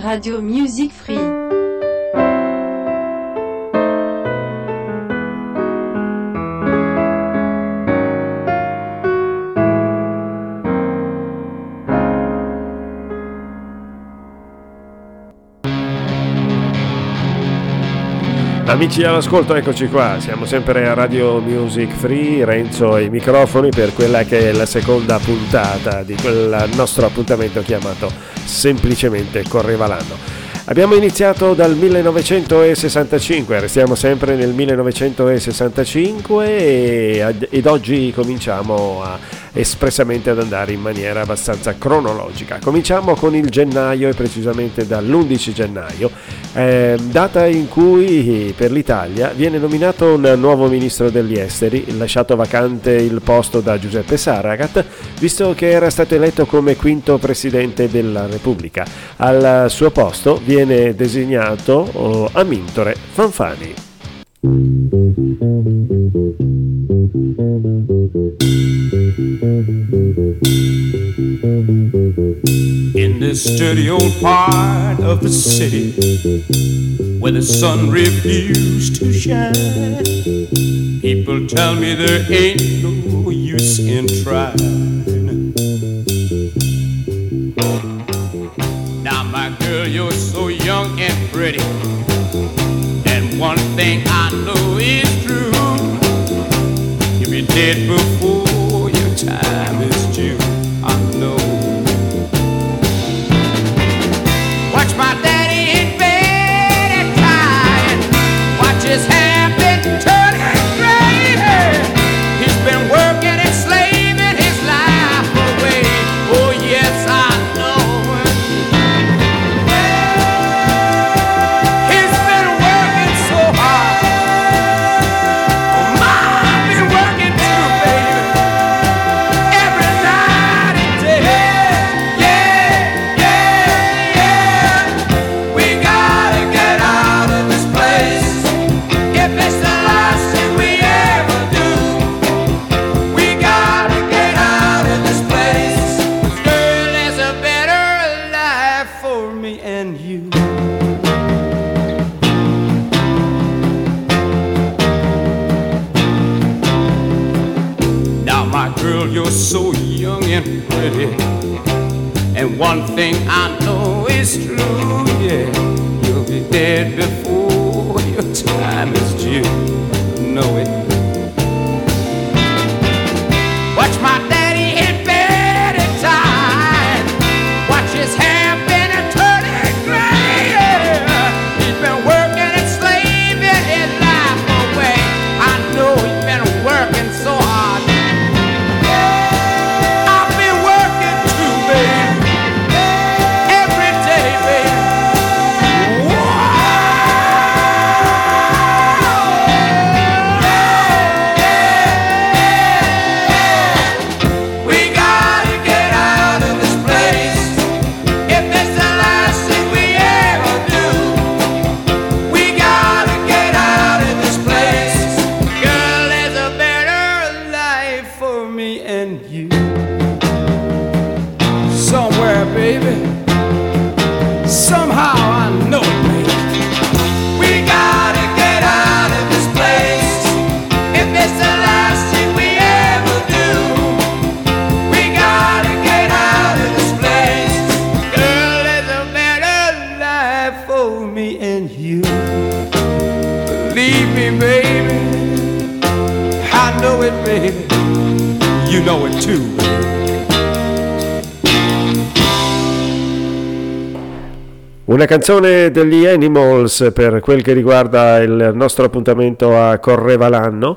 Radio Music Free. Amici all'ascolto, eccoci qua, siamo sempre a Radio Music Free, Renzo ai microfoni per quella che è la seconda puntata di quel nostro appuntamento chiamato semplicemente Correva l'anno. Abbiamo iniziato dal 1965, restiamo sempre nel 1965 ed oggi cominciamo espressamente ad andare in maniera abbastanza cronologica. Cominciamo con il gennaio e precisamente dall'11 gennaio, data in cui per l'Italia viene nominato un nuovo ministro degli esteri, lasciato vacante il posto da Giuseppe Saragat, visto che era stato eletto come quinto presidente della Repubblica. Al suo posto viene designato Amintore Fanfani. In this dirty old part of the city where the sun refused to shine, people tell me there ain't no use in trying. Now my girl, you're so young and pretty, and one thing I know is true, you'll be dead before your time is due. I know. Watch my daddy in bed at times, watch his hair been turning gray. He's been working and slaving his life away. Oh yes, I know. He's been working so hard. I've been working too, baby, every night and day. Yeah, yeah, yeah. We gotta get out of this place. If it's the last thing we ever do, we gotta get out of this place. 'Cause girl, there's a better life for me and you. Now my girl, you're so young and pretty, and one thing I know is true, yeah, you'll be dead before your time is due. Know it. Watch my daddy in bed at time, watch his hair been a turning gray. He's been working and slaving his life away. I know he's been working so hard. I've been working too, baby, every day, baby. We gotta get out of this place. If it's the last thing we ever do, we gotta get out of this place. Girl, there's a better life for me and you. Somewhere, baby. Somehow I know it, baby. We gotta get out of this place. If it's the last thing we ever do, we gotta get out of this place. Girl, there's a better life for me and you. Believe me, baby, I know it, baby. You know it too, baby. Una canzone degli Animals per quel che riguarda il nostro appuntamento a Correva l'anno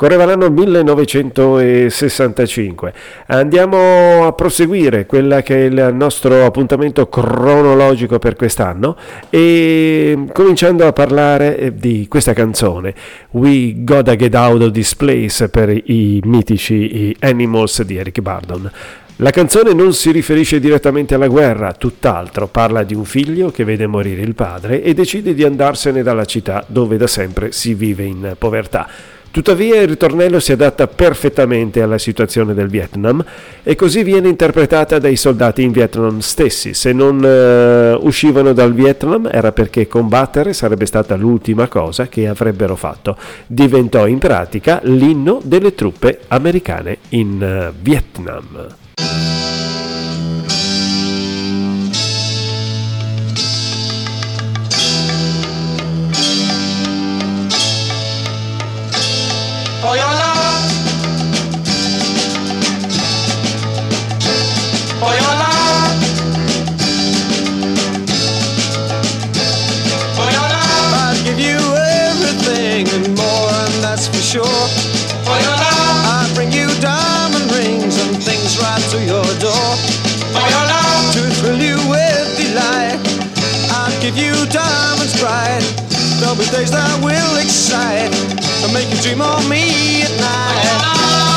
1965. Andiamo a proseguire quella che è il nostro appuntamento cronologico per quest'anno e cominciando a parlare di questa canzone We Gotta Get Out of This Place per i mitici Animals di Eric Burdon. La canzone non si riferisce direttamente alla guerra, tutt'altro, parla di un figlio che vede morire il padre e decide di andarsene dalla città dove da sempre si vive in povertà. Tuttavia il ritornello si adatta perfettamente alla situazione del Vietnam e così viene interpretata dai soldati in Vietnam stessi. Se non uscivano dal Vietnam era perché combattere sarebbe stata l'ultima cosa che avrebbero fatto. Diventò in pratica l'inno delle truppe americane in Vietnam. For your love, for your love, for your love, I'd give you everything and more, and that's for sure. for your love, I'd bring you diamond rings and things right to your door for your love, to thrill you with delight. I'd give you diamonds bright. There'll be days that will excite and make you dream of me at night.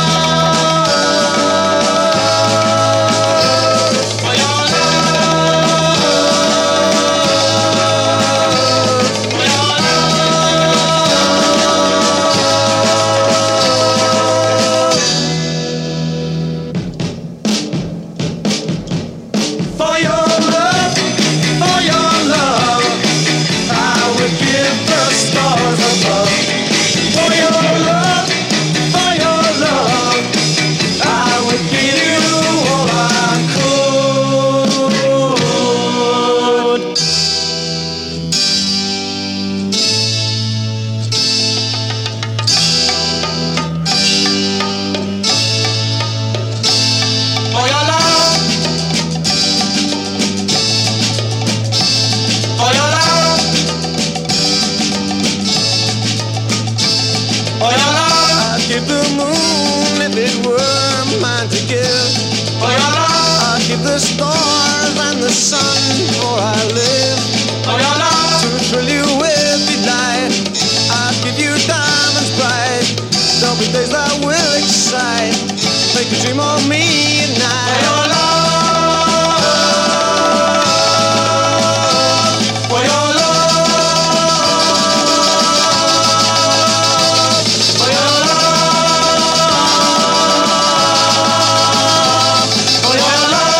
The stars and the sun, for I live to thrill you with delight. I'll give you diamonds bright. There'll be days that will excite, make you dream of me at night. For your love, for your love, for your love, for your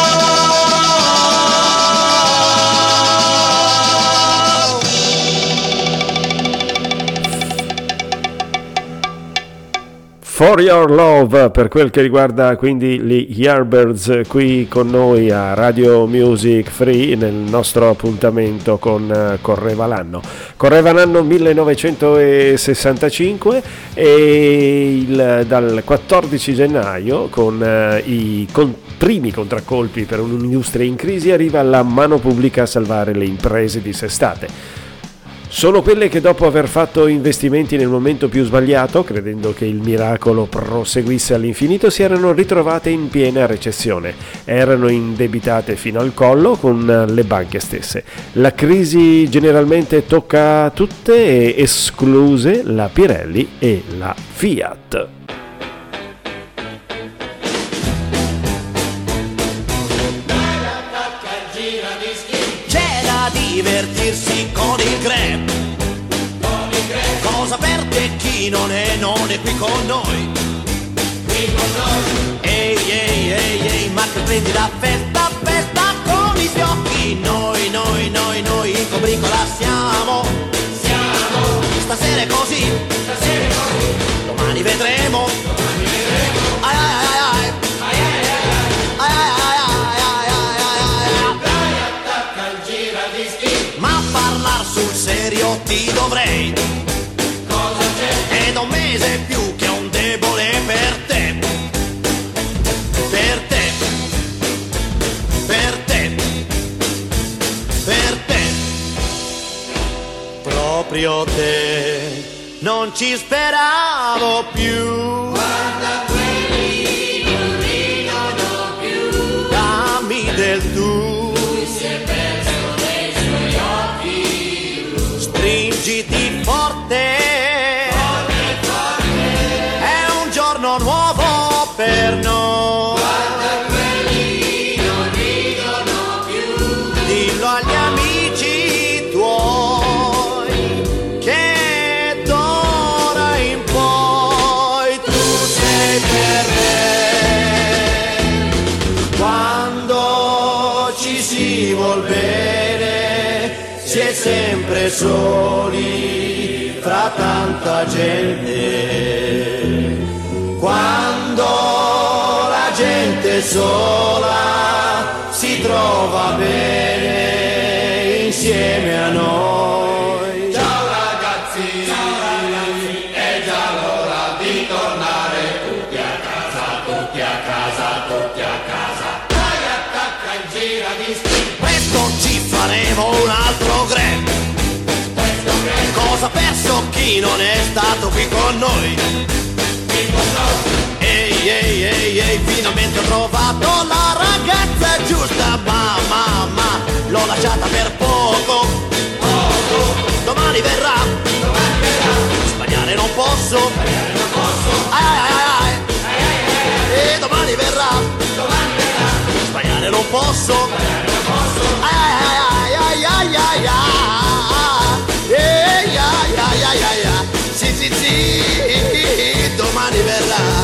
For Your Love, per quel che riguarda quindi gli Yardbirds qui con noi a Radio Music Free nel nostro appuntamento con Correva l'anno. Correva l'anno 1965 e dal 14 gennaio con i primi contraccolpi per un'industria in crisi arriva la mano pubblica a salvare le imprese dissestate. Sono quelle che dopo aver fatto investimenti nel momento più sbagliato, credendo che il miracolo proseguisse all'infinito, si erano ritrovate in piena recessione. Erano indebitate fino al collo con le banche stesse. La crisi generalmente tocca tutte, escluse la Pirelli e la Fiat. Divertirsi con il grab, cosa perde chi non è qui con noi. Ehi ehi ehi ehi, ma che prendi la festa, festa con i fiocchi. Noi in combricola siamo. Stasera è così, domani vedremo. Ai ai ai ai. Sul serio ti dovrei. Cosa c'è? È da un mese più che un debole per te. Per te. Per te. Per te. Proprio te. Non ci speravo più. Guarda quelli non ridono più. Dammi del tu. Stringiti forte, è un giorno nuovo per noi. Guarda quelli non ridono più. Dillo agli amici tuoi che d'ora in poi sempre soli fra tanta gente. Quando la gente sola si trova bene insieme a noi. Ciao ragazzi, è già l'ora di tornare tutti a casa, tutti a casa, tutti a casa. Dai, attacca il giradischi. Presto ci faremo un altro grab. Cosa perso chi non è stato qui con noi? Ehi, ehi, ehi, ehi, finalmente ho trovato la ragazza giusta. Ma, l'ho lasciata per poco. Domani verrà. Sbagliare non posso. Ai, ai, ai. E domani verrà. Sbagliare non posso. Ai, ai, ai, ai, ai, ai, ai. Ai, ai, ai, ai, ai, ai. Sì, sì, sì, domani verrà.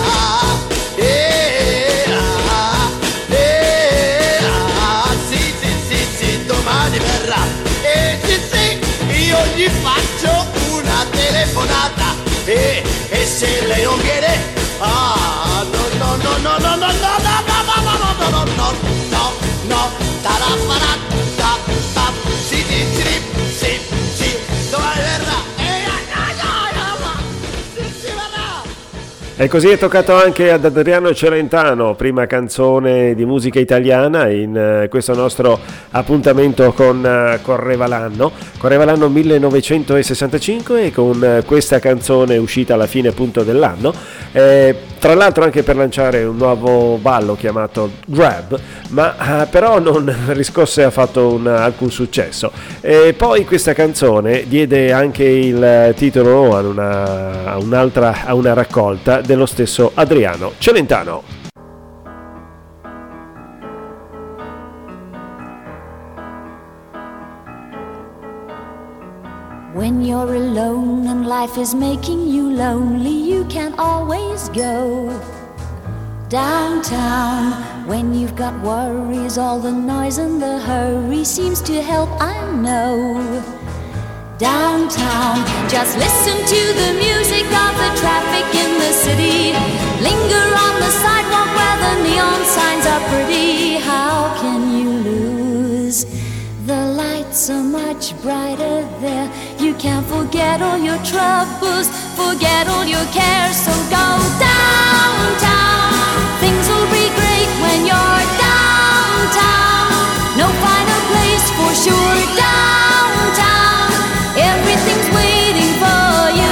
Sì, sì, sì, sì, domani verrà. Sì, sì, io gli faccio una telefonata. E se lei non viene, no, no, no, no, no, no, no, no, no, no, no, no, no, tarapparata, sì, sì, sì, sì, sì, domani verrà. E così è toccato anche ad Adriano Celentano, prima canzone di musica italiana in questo nostro appuntamento con Correva l'anno 1965, e con questa canzone uscita alla fine appunto dell'anno, tra l'altro anche per lanciare un nuovo ballo chiamato Grab, ma però non riscosse affatto alcun successo. E poi questa canzone diede anche il titolo a una raccolta dello stesso Adriano Celentano. When you're alone and life is making you lonely, you can always go downtown. When you've got worries, all the noise and the hurry seems to help, I know. Downtown, just listen to the music of the traffic in the city. Linger on the sidewalk where the neon signs are pretty. How can you lose? The lights are much brighter there. You can't forget all your troubles, forget all your cares. So go downtown. Things will be great when you're downtown. No finer place for sure. Downtown, everything's waiting for you.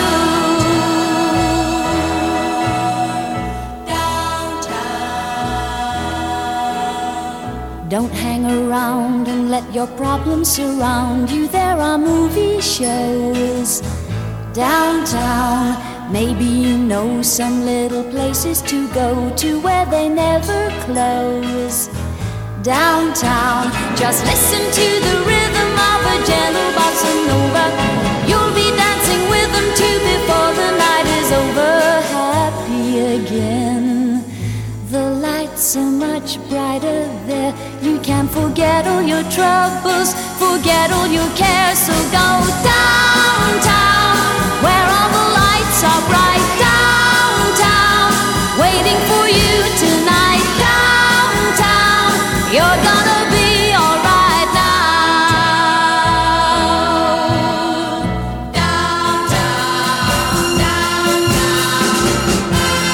Downtown. Don't hang around and let your problems surround you. There are movie shows downtown. Maybe you know some little places to go to where they never close. Downtown, just listen to the rhythm of a gentle bossa nova. You'll be dancing with them too before the night is over. Happy again. The lights are much brighter there. You can't forget all your troubles, forget all your cares. So go downtown, where all the lights are bright. Downtown, waiting for you tonight. Downtown, you're gonna be alright now. Downtown, downtown.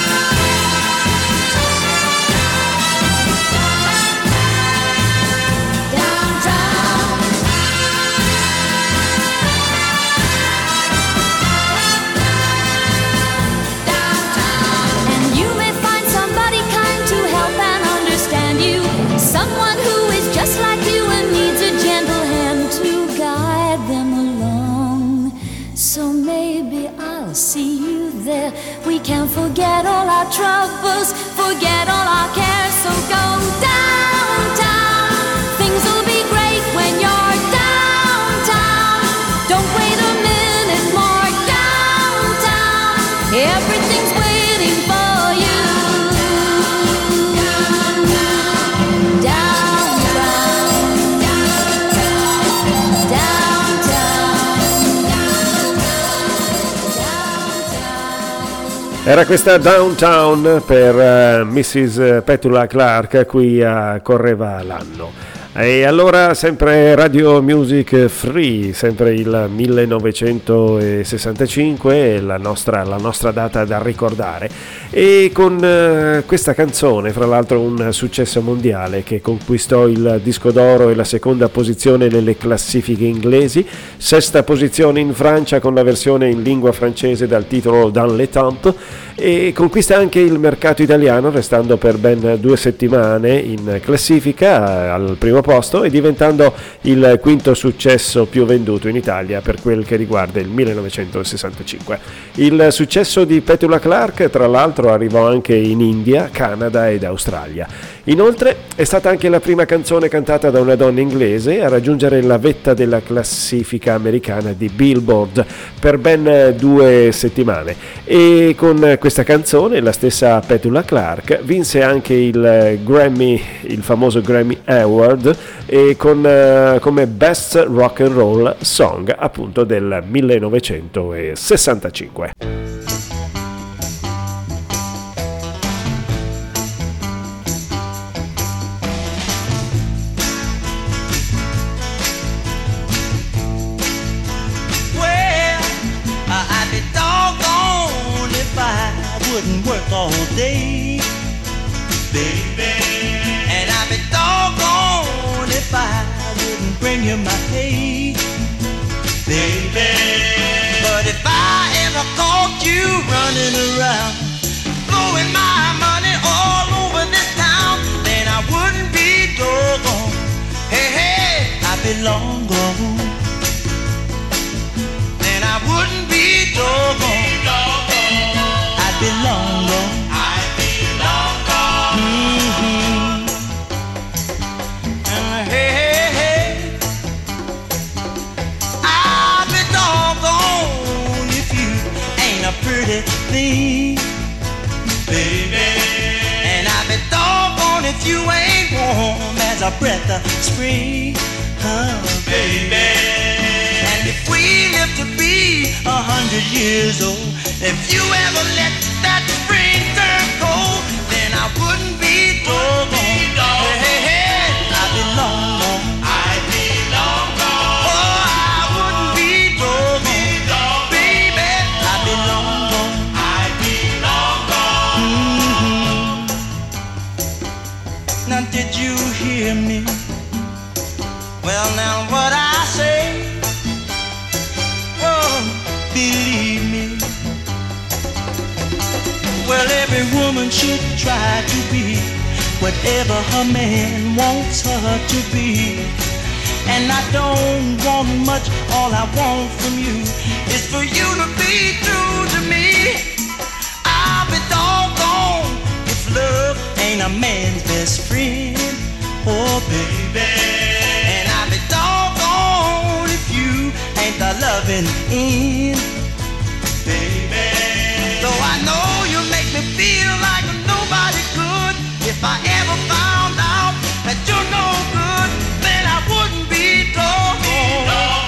Downtown. And you may find somebody kind to help and understand you. Someone who is just like you and needs a gentle hand to guide them along. So maybe I'll see you there. We can forget all our troubles, forget all our cares. So go downtown. Things will be great when you're downtown. Don't wait a minute more. Downtown, everything's waiting for you. Downtown, downtown, downtown. Era questa Downtown per Mrs. Petula Clark, qui correva l'anno. E allora sempre Radio Music Free, sempre il 1965, la nostra data da ricordare, e con questa canzone, fra l'altro un successo mondiale che conquistò il disco d'oro e la seconda posizione nelle classifiche inglesi, sesta posizione in Francia con la versione in lingua francese dal titolo Dans les temps, e conquista anche il mercato italiano, restando per ben 2 settimane in classifica al primo posto e diventando il quinto successo più venduto in Italia per quel che riguarda il 1965. Il successo di Petula Clark, tra l'altro, arrivò anche in India, Canada ed Australia. Inoltre è stata anche la prima canzone cantata da una donna inglese a raggiungere la vetta della classifica americana di Billboard per ben 2 settimane, e con questa canzone la stessa Petula Clark vinse anche il Grammy, il famoso Grammy Award, e come Best Rock and Roll Song, appunto, del 1965. Work all day, baby, and I'd be doggone if I wouldn't bring you my pay, baby. But if I ever caught you running around, blowing my money all over this town, then I wouldn't be doggone. Hey, hey, I'd be long gone. Then I wouldn't be doggone. I'd be long gone. I'd be long gone. Hey, hey, hey, I'd be doggone if you ain't a pretty thing, baby. And I'd be doggone if you ain't warm as a breath of spring, baby. And if we live to be 100 years old, if you ever let that spring turn cold, then I wouldn't be doggone. Hey, hey, I'd be long gone. I'd be long gone. Oh, I wouldn't be doggone. Baby, I'd be long gone. I'd be long gone. Now did you hear me? Well, now what I say, oh, believe me. Well, every woman should try to be whatever her man wants her to be. And I don't want much, all I want from you is for you to be true to me. I'll be doggone if love ain't a man's best friend, oh baby. And I'll be doggone if you ain't the loving end, baby. Though I know you make me feel like nobody could. If I ever found out that you're no good, then I wouldn't be doggone.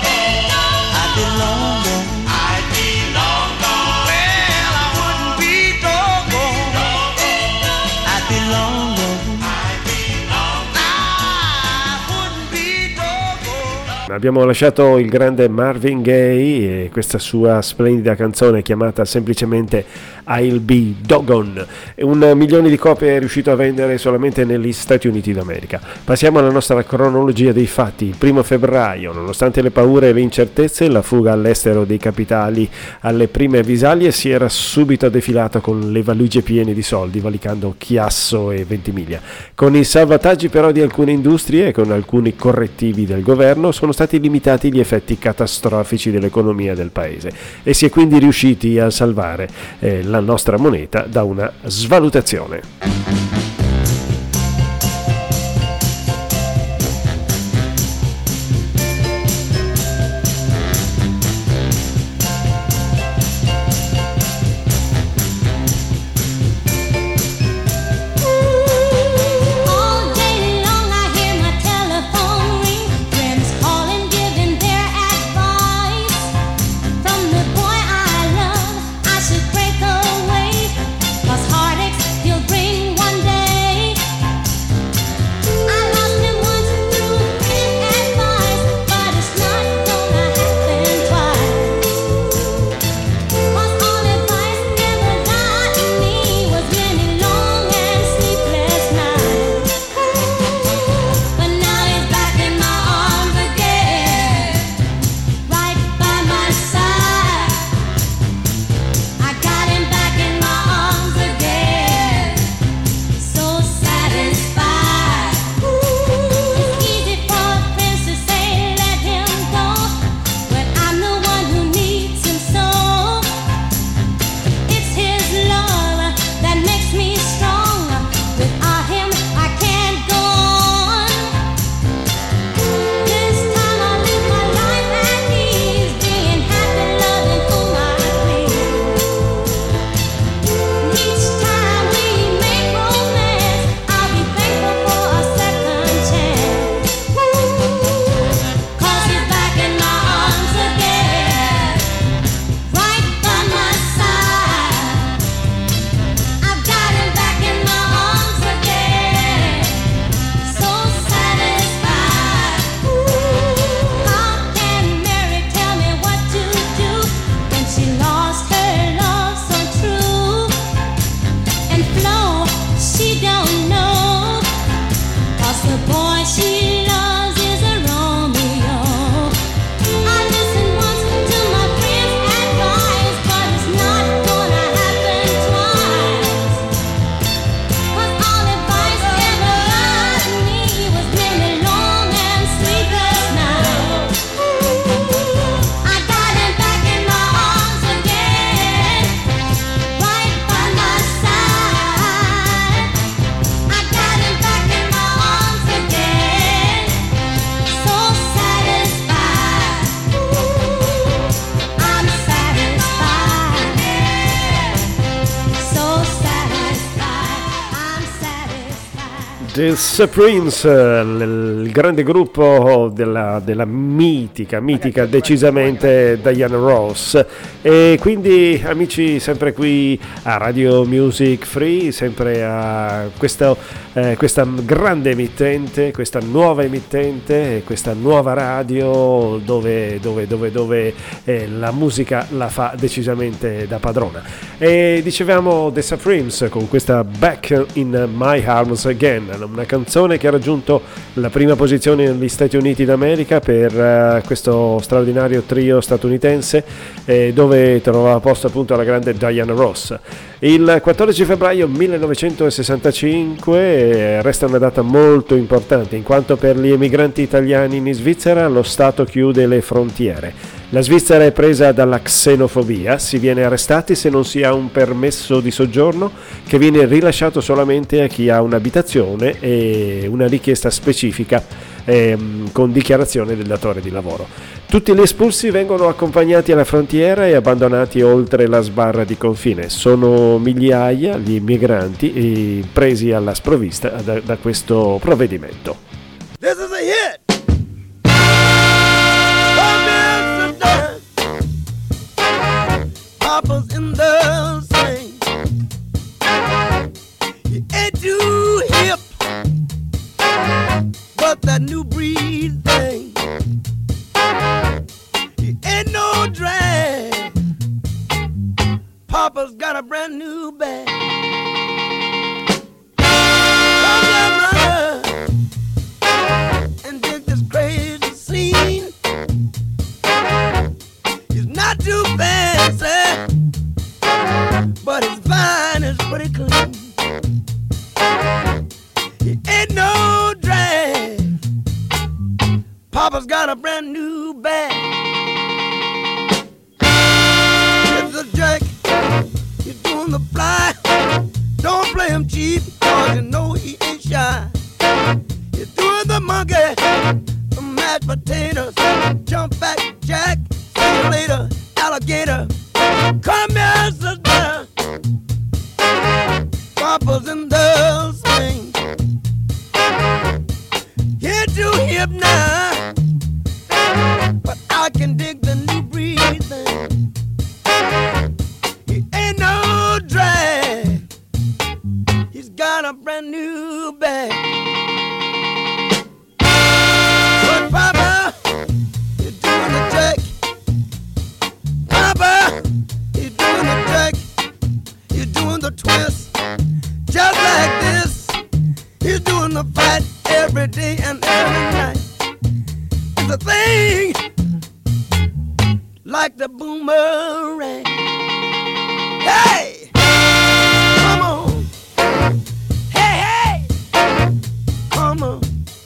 I'd be long gone. I'd be long gone. Well, I wouldn't be doggone. I'd be long gone. I'd be long gone. I wouldn't be doggone. Abbiamo lasciato il grande Marvin Gaye e questa sua splendida canzone chiamata semplicemente I'll Be Doggone. 1 milione di copie è riuscito a vendere solamente negli Stati Uniti d'America. Passiamo alla nostra cronologia dei fatti. Il 1 febbraio, nonostante le paure e le incertezze, la fuga all'estero dei capitali alle prime avvisaglie si era subito defilato con le valigie piene di soldi, valicando Chiasso e Ventimiglia. Con i salvataggi però di alcune industrie e con alcuni correttivi del governo sono stati limitati gli effetti catastrofici dell'economia del paese e si è quindi riusciti a salvare la nostra moneta da una svalutazione. Away The Supremes, il grande gruppo della mitica decisamente Diana Ross. E quindi amici, sempre qui a Radio Music Free, sempre a questa grande emittente, questa nuova emittente, questa nuova radio dove la musica la fa decisamente da padrona. E dicevamo The Supremes con questa Back in My Arms Again, una canzone che ha raggiunto la prima posizione negli Stati Uniti d'America per questo straordinario trio statunitense, dove trovava posto appunto la grande Diana Ross. Il 14 febbraio 1965 resta una data molto importante, in quanto per gli emigranti italiani in Svizzera lo Stato chiude le frontiere. La Svizzera è presa dalla xenofobia, si viene arrestati se non si ha un permesso di soggiorno, che viene rilasciato solamente a chi ha un'abitazione e una richiesta specifica con dichiarazione del datore di lavoro. Tutti gli espulsi vengono accompagnati alla frontiera e abbandonati oltre la sbarra di confine. Sono migliaia gli migranti presi alla sprovvista da questo provvedimento. This is a hit. Papa's in the sing. You ain't too hip, but that new breed thing. You ain't no drag. Papa's got a brand new bag. Come here, mother, and dig this crazy scene. He's not too fancy, but his vine is pretty clean. He ain't no drag. Papa's got a brand new bag. It's a jack, you're doing the fly. Don't play him cheap, cause you know he ain't shy. You're doing the monkey, the mashed potatoes. Jump back, Jack, see you later, alligator. Come here, sister. Papa's in the swing. You're too hip now, but I can dig the new breed thing. He ain't no drag. He's got a brand new bag. But Papa, you're doing the jack. Papa, you're doing the jack. You're doing the twist. Just like this. He's doing the fight every day and every night. It's a thing like the boomerang. Hey! Come on. Hey, hey! Come on.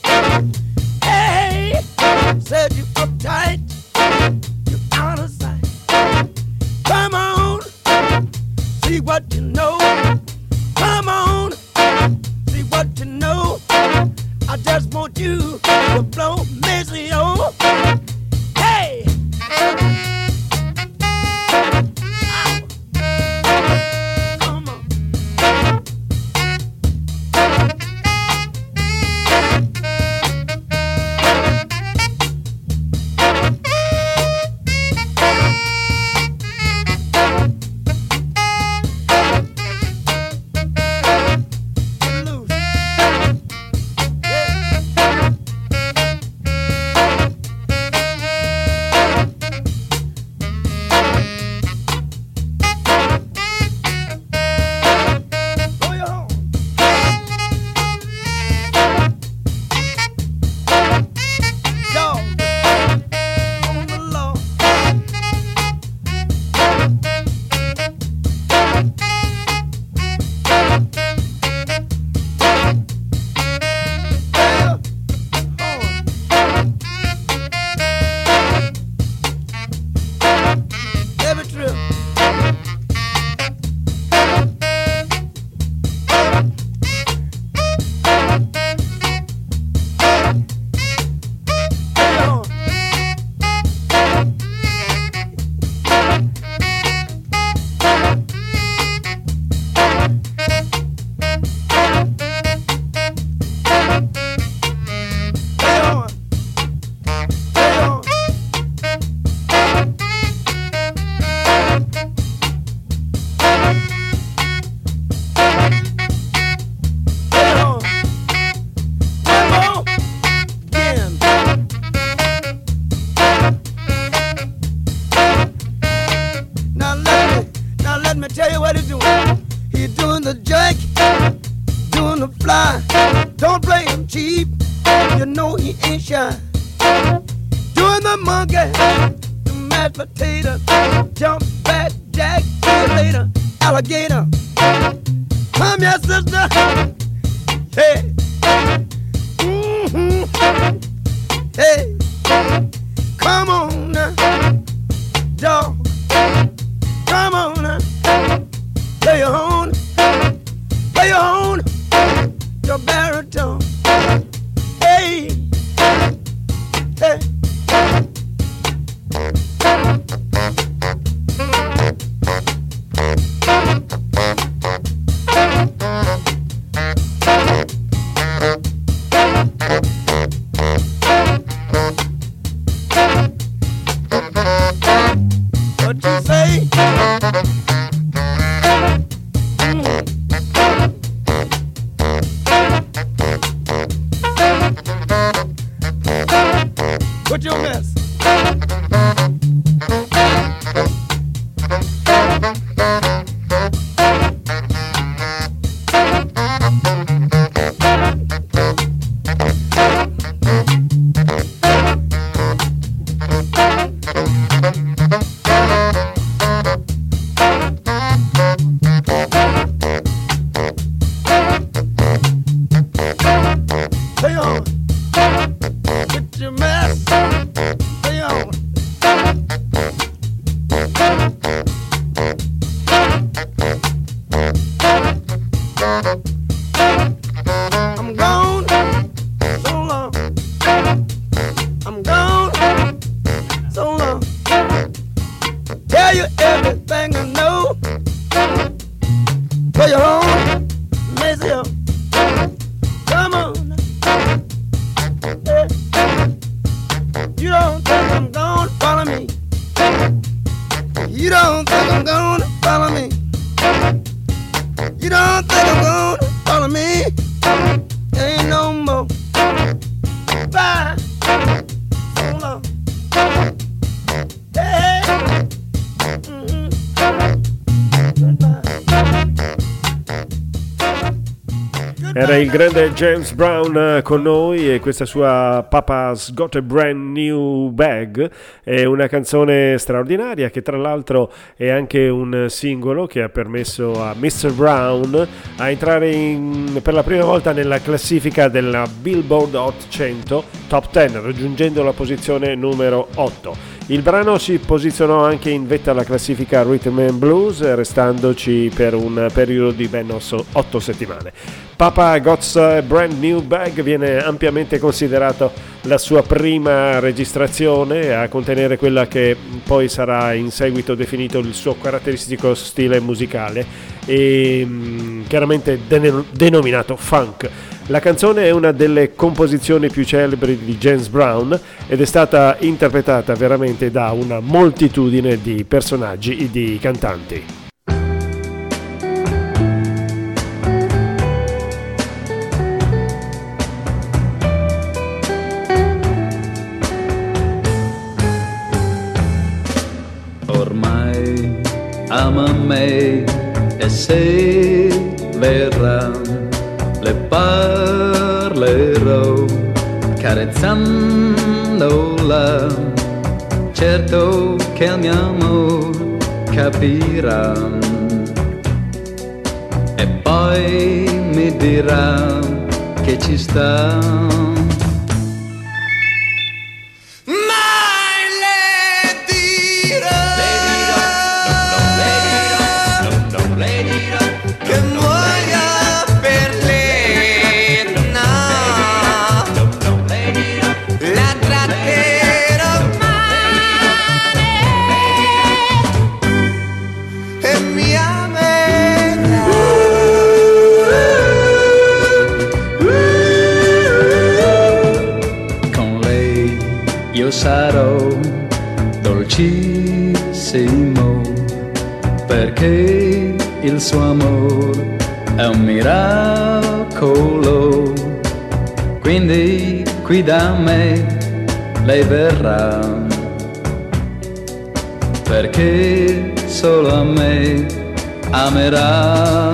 Hey! Said you uptight. You're out of sight. Come on. See what you know. Come on. See what you know. I just want you to blow Maceo. Hey! Come on. let me tell you what he's doing. He's doing the jerk, doing the fly. Don't play him cheap, you know he ain't shy. Doing the monkey, the mashed potato, jump back, jack, see you later, alligator. Come here, sister. Hey. Mm-hmm. Hey. Come on now, dog. Come on now. Play your horn. Play your horn. Your baritone. Hey. Hey. What you say? What you miss? Play on. Get your mess. Play on. I'm gone so long. I'm gone so long. Tell you everything I know. Play your own, lazy up. Come on. Hey. You don't think I'm gonna follow me. You don't think I'm gonna follow me. You don't think I'm gonna follow me. Ain't no more. Bye. So long. Hey. Mm-hmm. Goodbye. Era il grande James Brown con noi e questa sua Papa's Got a Brand New Bag è una canzone straordinaria che tra l'altro è anche un singolo che ha permesso a Mr. Brown a entrare per la prima volta nella classifica della Billboard Hot 100 Top 10 raggiungendo la posizione numero 8. Il brano si posizionò anche in vetta alla classifica Rhythm and Blues, restandoci per un periodo di ben 8 settimane. Papa Got's a Brand New Bag viene ampiamente considerato la sua prima registrazione a contenere quella che poi sarà in seguito definito il suo caratteristico stile musicale e chiaramente denominato funk. La canzone è una delle composizioni più celebri di James Brown ed è stata interpretata veramente da una moltitudine di personaggi e di cantanti. Ormai ama me e se verrà le parlerò carezzandola, certo che il mio amor capirà e poi mi dirà che ci sta. Io sarò dolcissimo perché il suo amore è un miracolo, quindi qui da me lei verrà perché solo a me amerà.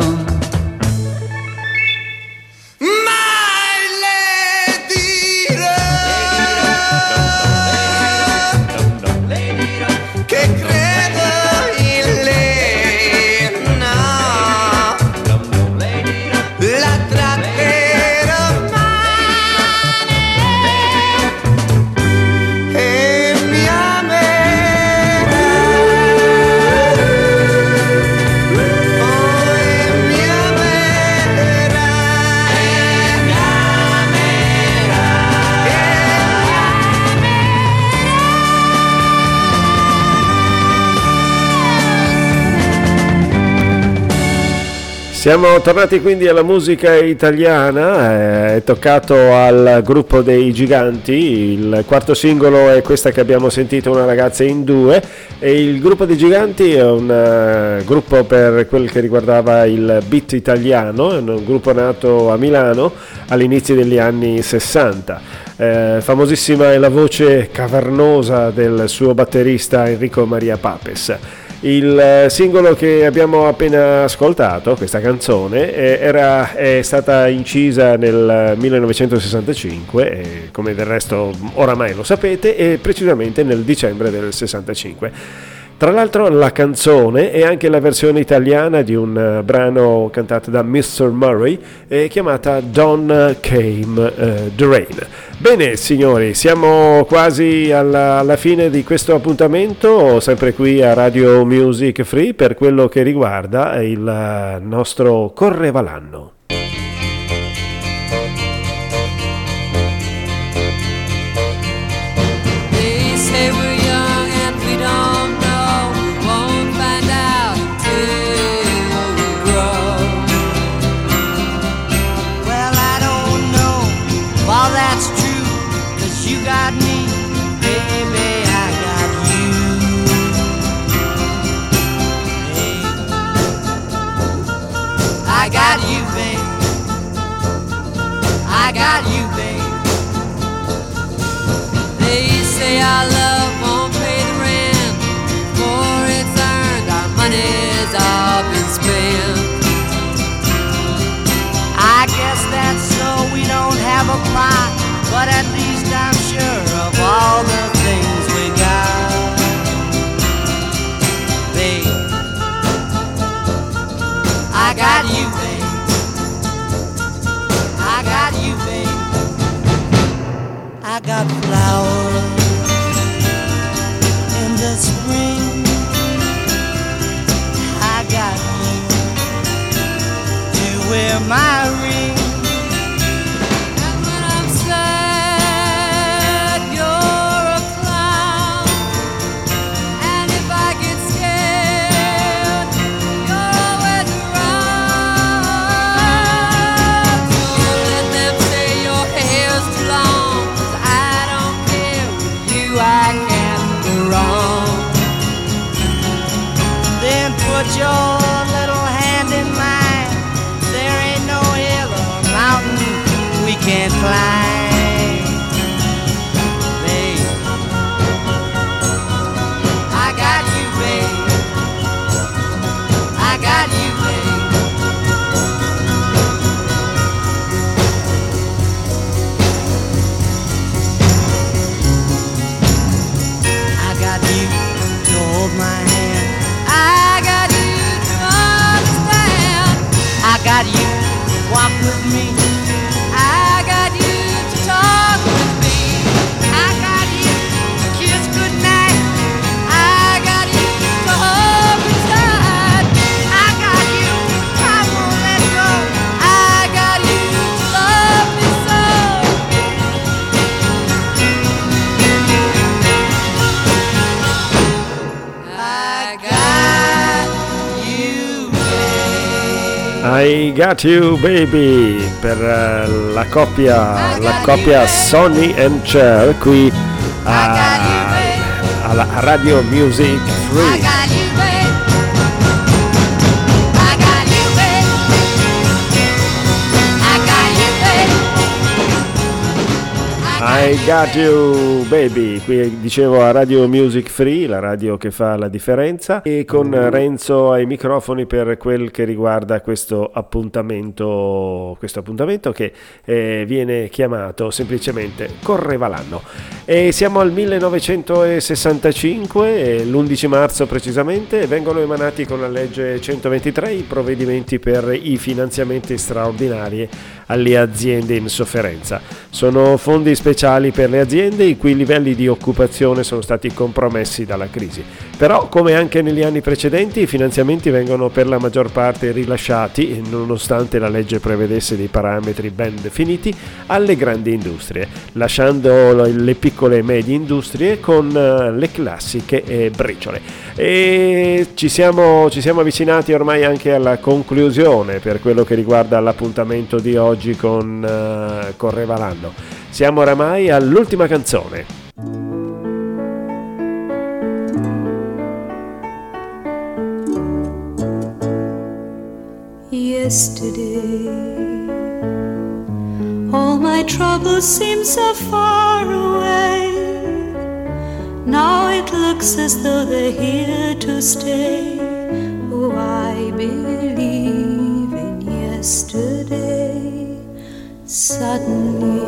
Siamo tornati quindi alla musica italiana, è toccato al gruppo dei Giganti, il quarto singolo è questa che abbiamo sentito, Una ragazza in due, e il gruppo dei Giganti è un gruppo per quel che riguardava il beat italiano, è un gruppo nato a Milano all'inizio degli anni 60. Famosissima è la voce cavernosa del suo batterista Enrico Maria Papes. Il singolo che abbiamo appena ascoltato, questa canzone, è stata incisa nel 1965, come del resto oramai lo sapete, e precisamente nel dicembre del 65. Tra l'altro la canzone è anche la versione italiana di un brano cantato da Mr. Murray chiamata Dawn Came the Rain. Bene signori, siamo quasi alla fine di questo appuntamento, sempre qui a Radio Music Free per quello che riguarda il nostro Correva l'anno. I got you, babe. They say our love won't pay the rent, for it's earned, our money's all been spent. I guess that's so we don't have a plot, but at least I'm sure of all the things we got. Babe, I got you, babe. I got you, babe. I got flowers in the spring. I got you to wear my ring. And when I'm sad, you're a clown. And if I get scared, you're always around. So let them say your hair's too long, 'cause I don't care. With you I can't go wrong. Then put your little hand in mine. There ain't no hill or mountain we can't climb. Babe, I got you, babe. I got you, babe. I got you to hold my hand. I got you to understand. I got you to walk with me. I got you to talk with me. I got you to kiss goodnight. I got you to hold me tight. I got you, I won't let go. I got you to love me so. I got you, babe. I Got You Baby per la coppia Sonny and Cher qui a Radio Music I Free. got you, babe. I got you, babe. I got you, babe. I Got You Baby, qui dicevo a Radio Music Free, la radio che fa la differenza, e con Renzo ai microfoni per quel che riguarda questo appuntamento che viene chiamato semplicemente Correva l'anno. E siamo al 1965, l'11 marzo precisamente, vengono emanati con la legge 123 i provvedimenti per i finanziamenti straordinari alle aziende in sofferenza. Sono fondi speciali per le aziende i cui livelli di occupazione sono stati compromessi dalla crisi. Però, come anche negli anni precedenti, i finanziamenti vengono per la maggior parte rilasciati, nonostante la legge prevedesse dei parametri ben definiti, alle grandi industrie, lasciando le piccole e medie industrie con le classiche briciole. E ci siamo avvicinati ormai anche alla conclusione per quello che riguarda l'appuntamento di oggi con Correva l'anno. Siamo oramai all'ultima canzone. Yesterday, all my troubles seem so far away. Now it looks as though they're here to stay. Oh, I believe in yesterday. Suddenly,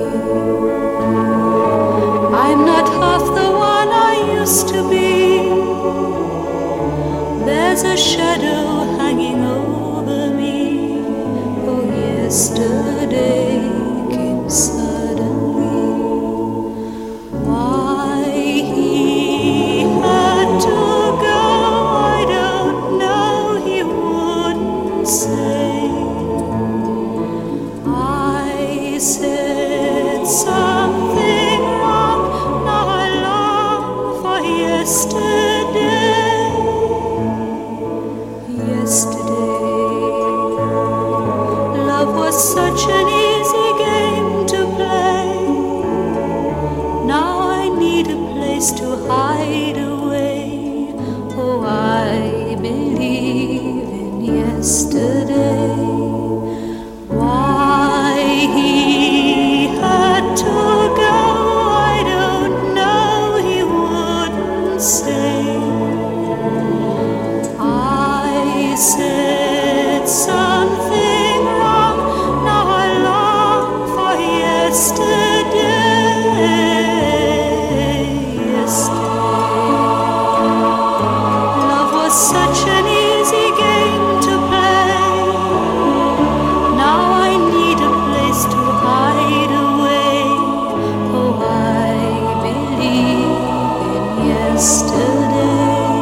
I'm not half the one I used to be. There's a shadow hanging over me. Oh, yesterday came suddenly. Why he had to go, I don't know, he wouldn't say. I said something wrong, now I long for yesterday. Love was such an easy game to play. Now I need a place to hide away. Oh, I believe in yesterday. Why he had to go, I don't know, he wouldn't say. I said something wrong, now I long for yesterday. Love was such an easy game to play. Now I need a place to hide away. Oh, I believe in yesterday.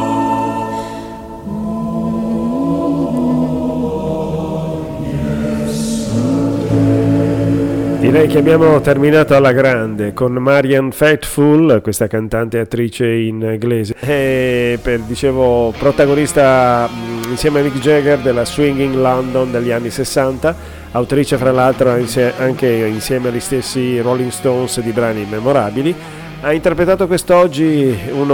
Direi che abbiamo terminato alla grande con Marianne Faithfull, questa cantante e attrice inglese, dicevo protagonista insieme a Mick Jagger della Swinging London degli anni 60, autrice fra l'altro anche insieme agli stessi Rolling Stones di brani memorabili. Ha interpretato quest'oggi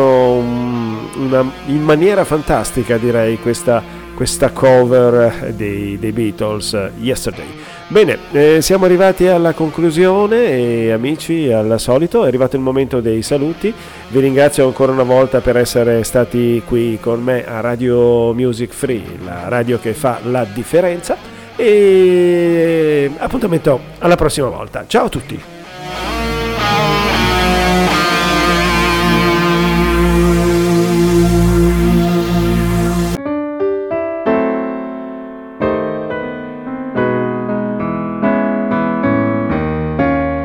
in maniera fantastica, direi, questa cover dei Beatles, Yesterday. Bene, siamo arrivati alla conclusione e amici, al solito è arrivato il momento dei saluti. Vi ringrazio ancora una volta per essere stati qui con me a Radio Music Free, la radio che fa la differenza, e appuntamento alla prossima volta. Ciao a tutti.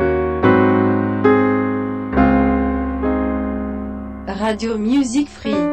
Radio Music Free.